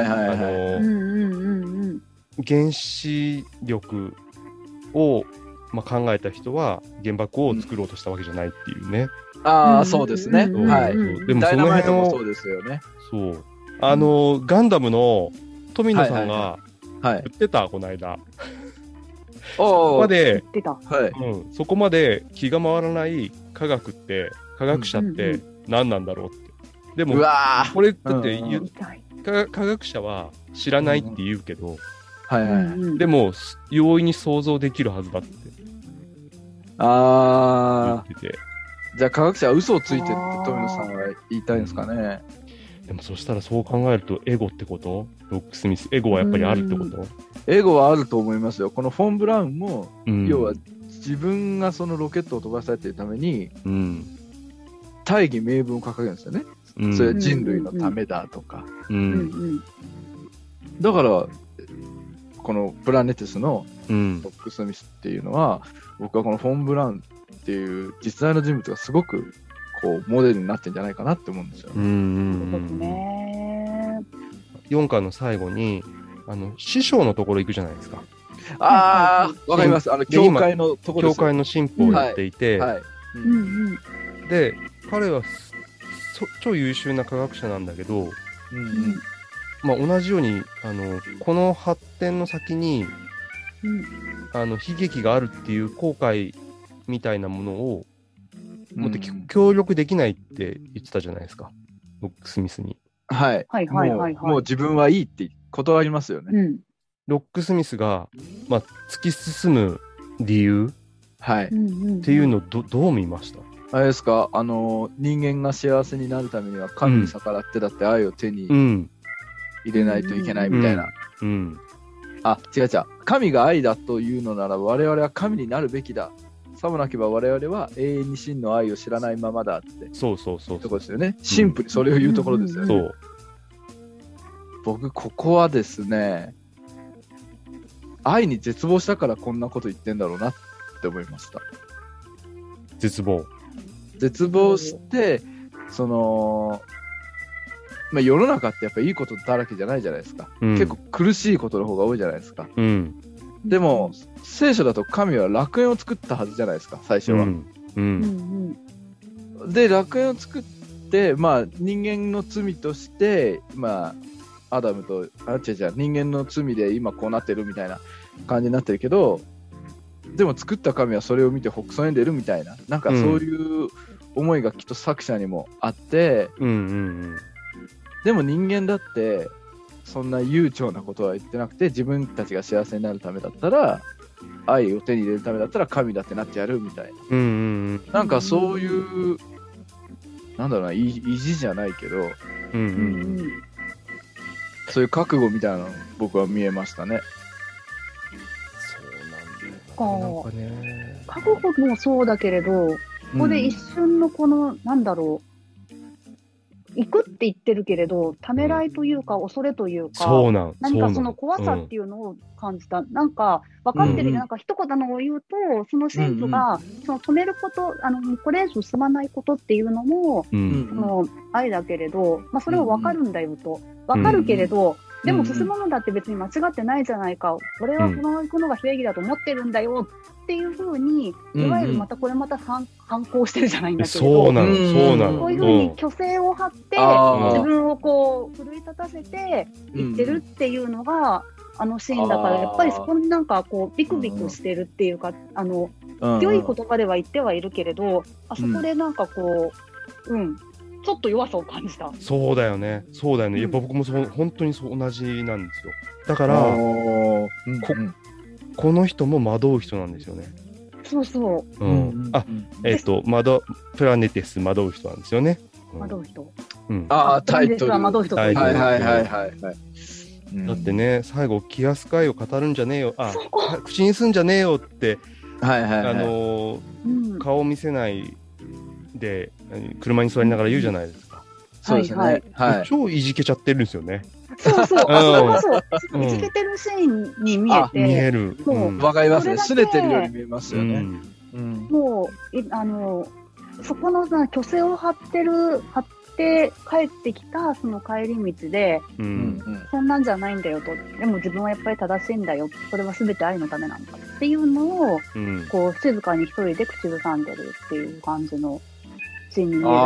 原子力を、考えた人は原爆を作ろうとしたわけじゃないっていうね。 そうですね。はい。 でもその辺もそうですよね。 そう。ガンダムの富野さんが言ってた、この間。そこまで、そこまで気が回らない科学って科学者って何なんだろうって。でもこれだって科学者は知らないって言うけど、でも容易に想像できるはずだって言ってて。 じゃあ科学者は嘘をついてるって富野さんは言いたいんですかね。 でもそしたらそう考えるとエゴってこと？ロックスミスエゴはやっぱりあるってこと？ エゴはあると思いますよ。このフォン・ブラウンも、要は自分がそのロケットを飛ばされているために、大義名分を掲げるんですよね。それは人類のためだとか。だからこのプラネティスのロックスミスっていうのは、僕はこのフォン・ブラウンっていう実在の人物がすごくこうモデルになってんじゃないかなって思うんですよ。 4巻の最後に師匠のところ行くじゃないですか。 わかります。教会のところです。 教会の神父をやっていて、で彼は超優秀な科学者なんだけど、同じようにこの発展の先に、悲劇があるっていう後悔みたいなものをもっと協力できないって言ってたじゃないですか、ロックスミスに。 もう自分はいいって断りますよね。 ロックスミスが、突き進む理由、っていうのをどう見ました？ あれですか、人間が幸せになるためには神に逆らってだって愛を手に入れないといけないみたいな。違う。 神が愛だというのなら我々は神になるべきだ。さもなければ我々は永遠に真の愛を知らないままだって。 そうところですよね。シンプルにそれを言うところですよね。僕ここはですね、愛に絶望したからこんなこと言ってんだろうなって思いました。 絶望して世の中ってやっぱりいいことだらけじゃないじゃないですか、結構苦しいことの方が多いじゃないですか、でも聖書だと神は楽園を作ったはずじゃないですか、最初は、で楽園を作って、人間の罪としてアダムと人間の罪で今こうなってるみたいな感じになってるけど、でも作った神はそれを見てほくそ笑んでるみたいな、なんかそういう思いがきっと作者にもあって、でも人間だってそんな悠長なことは言ってなくて、自分たちが幸せになるためだったら、愛を手に入れるためだったら神だってなってやるみたいな、なんかそういうなんだろうな、意地じゃないけど、そういう覚悟みたいなの僕は見えましたね。 そうなんだよね。覚悟もそうだけれど、ここで一瞬のこの、なんだろう、行くって言ってるけれど、ためらいというか、恐れというか、何かその怖さっていうのを感じた。なんか、分かってる、なんか一言を言うと、その神父が、その止めること、これ以上進まないことっていうのも、その愛だけれど、それは分かるんだよと。分かるけれど、でも進むのだって別に間違ってないじゃないか。俺はこの行くのが正義だと思ってるんだよっていうふうに、いわゆるこれまた反抗してるじゃないんだけど、 そうなの。 こういうふうに虚勢を張って、自分をこう奮い立たせて言ってるっていうのが、シーンだから、やっぱりそこになんかこうビクビクしてるっていうか、強い言葉では言ってはいるけれど、あそこでなんかこう、ちょっと弱さを感じた。 そうだよね。やっぱ僕も本当に同じなんですよ。だから、この人も惑う人なんですよね。 そうそう。 プラネテス惑う人なんですよね。 惑う人。 タイトル。 惑う人。はい。 だってね、最後気安かいを語るんじゃねえよ、口にすんじゃねえよって、顔を見せないで車に座りながら言うじゃないですか。 そうですね。 超いじけちゃってるんですよね。 そう。いじけてるシーンに見えて。 見える。 わかりますね。拗ねてるように見えますよね。 もうそこの虚勢を張って帰ってきたその帰り道で、そんなんじゃないんだよと。でも自分はやっぱり正しいんだよ。それは全て愛のためなんだっていうのを、こう静かに一人で口ずさんでるっていう感じのシーンに見えるから、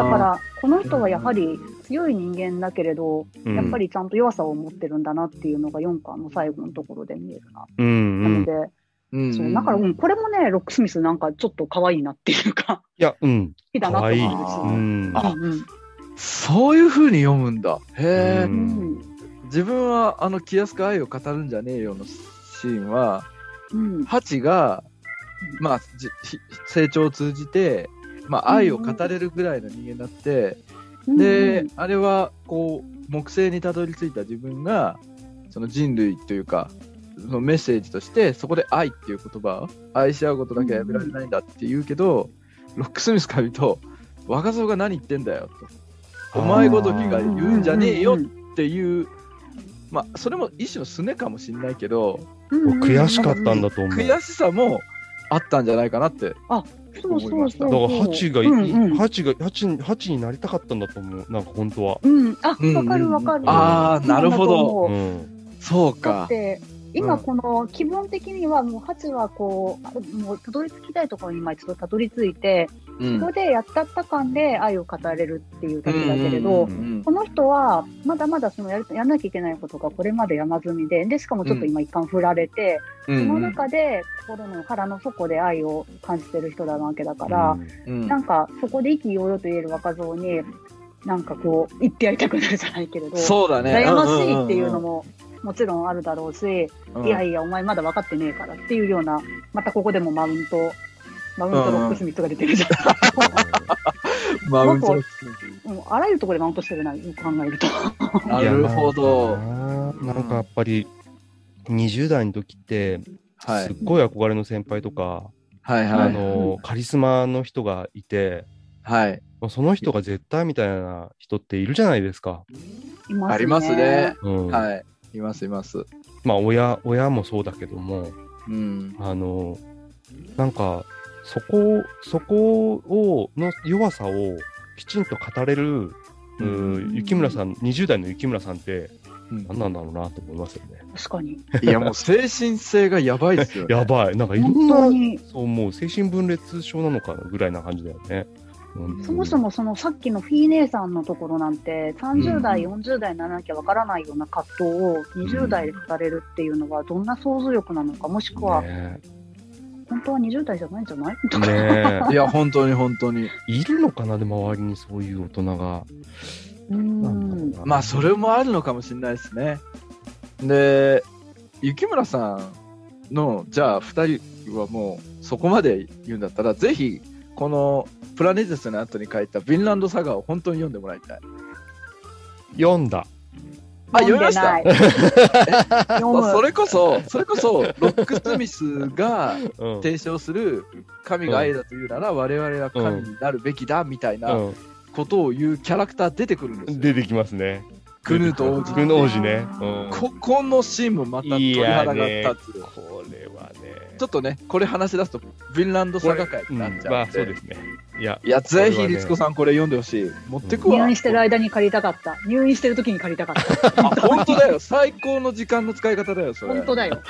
だからこの人はやはり強い人間だけれど、やっぱりちゃんと弱さを持ってるんだなっていうのが4巻の最後のところで見えるな。なので、だからこれもね、ロックスミスなんかちょっと可愛いなっていうか、 いや、 好きだなと思うし、そういう風に読むんだ。へえ。自分は気安く愛を語るんじゃねえよのシーンは、ハチが成長を通じて愛を語れるぐらいの人間になって、であれはこう木星にたどり着いた自分がその人類というかそのメッセージとしてそこで愛っていう言葉、愛し合うことだけはやめられないんだって言うけど、ロックスミスから見ると若造が何言ってんだよと、お前ごときが言うんじゃねえよっていう、それも一種のすねかもしれないけど、 悔しかったんだと思う。 悔しさもあったんじゃないかなって思いました。 だからハチになりたかったんだと思う。なんか本当は。 わかるわかる。 なるほど。そうか。 だって今この気分的にはもうハチはこうもうたどり着きたいところに今一度たどり着いて、そこでやった感で愛を語れるっていうだけだけれど、この人はまだまだそのやらなきゃいけないことがこれまで山積みで、しかもちょっと今一貫振られて、その中で心の腹の底で愛を感じてる人だわけだから、なんかそこで意気揚々と言える若造になんかこう言ってやりたくなるじゃないけれど、 そうだね、 羨ましいっていうのももちろんあるだろうし、いやいやお前まだ分かってねえからっていうような、またここでもマウントロックスミスが出てるじゃん。 マウントロックスミス、あらゆるところでマウントしてるな、考えると。 なるほど。 なんかやっぱり 20代の時って、すっごい憧れの先輩とか、カリスマの人がいて、その人が絶対みたいな人っているじゃないですか。 ありますね。いますいます。 まあ親もそうだけども、なんかそこの弱さをきちんと語れる雪村さん、20代の雪村さんって何なんだろうなと思いますよね。 確かに。 いやもう精神性がやばいですよね。 やばい。なんかいろんな、そうもう精神分裂症なのかなぐらいな感じだよね。 そもそもそのさっきのフィー姉さんのところなんて30代、40代にならなきゃわからないような葛藤を20代で語れるっていうのはどんな想像力なのか、もしくは、本当は20代じゃないんじゃないとか。 いや本当に本当にいるのかな、で周りにそういう大人が。 まあそれもあるのかもしれないですね。で雪村さんのじゃあ2人はもうそこまで言うんだったら、ぜひこのプラネテスの後に書いたヴィンランドサガを本当に読んでもらいたい。 読んだ。 読みました。それこそロックスミスが提唱する神が愛だというなら我々は神になるべきだみたいなことを言うキャラクター出てくるんですよ。 出てきますね。 クヌート王子。 クヌート王子ね。 ここのシーンもまた鳥肌が立つ。 これはね。 ちょっとね、これ話し出すとヴィンランドサガ会になっちゃう。 まあそうですね。いやぜひ律子さんこれ読んでほしい。持ってくわ。 入院してる間に借りたかった。入院してる時に借りたかった。 本当だよ。最高の時間の使い方だよそれ。 本当だよ。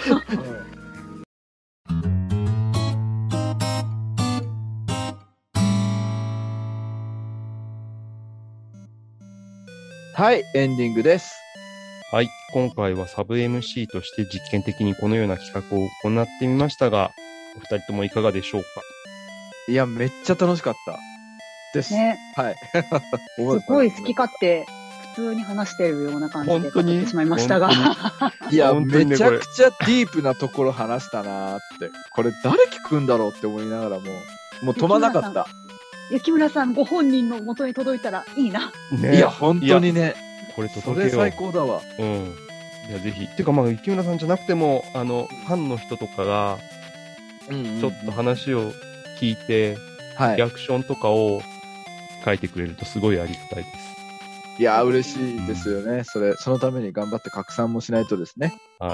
はい、エンディングです。 はい、今回はサブ MC として実験的にこのような企画を行ってみましたが、お二人ともいかがでしょうか？ いや、めっちゃ楽しかったです。 ね。 はい。 すごい好き勝手、普通に話してるような感じで語ってしまいましたが。 いや、めちゃくちゃディープなところ話したなーって。これ誰聞くんだろうって思いながらもう止まらなかった。 雪村さんご本人の元に届いたらいいな。 ね、いや、本当にね。 これ届けよう。 それ最高だわ。 いや、ぜひ。てか、まあ、雪村さんじゃなくても、ファンの人とかが、ちょっと話を聞いて、リアクションとかを書いてくれるとすごいありがたいです。 いや、嬉しいですよね。そのために頑張って拡散もしないとですね。 はい。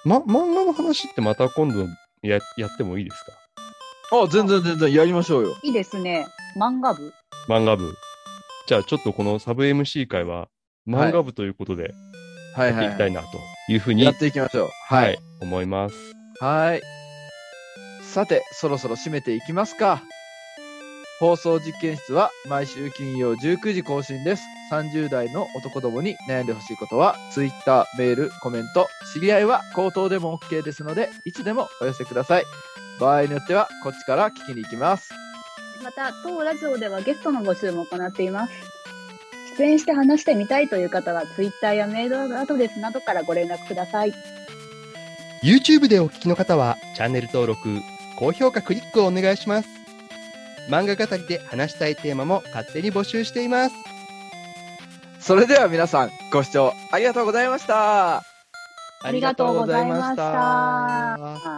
漫画の話ってまた今度やってもいいですか？ 全然やりましょうよ。 いいですね。漫画部。 じゃあちょっとこのサブ MC 会は漫画部ということでやっていきたいなというふうにやっていきましょう。はい。 思います。 はい。さて、そろそろ締めていきますか。放送実験室は毎週金曜19時更新です。30代の男どもに悩んでほしいことは Twitter、メール、コメント、知り合いは口頭でも OK ですので、いつでもお寄せください。場合によってはこっちから聞きに行きます。 また当ラジオではゲストの募集も行っています。出演して話してみたいという方は Twitter やメールアドレスなどからご連絡ください。 YouTube でお聞きの方はチャンネル登録、高評価、クリックをお願いします。漫画語りで話したいテーマも勝手に募集しています。 それでは皆さんご視聴ありがとうございました。 ありがとうございました。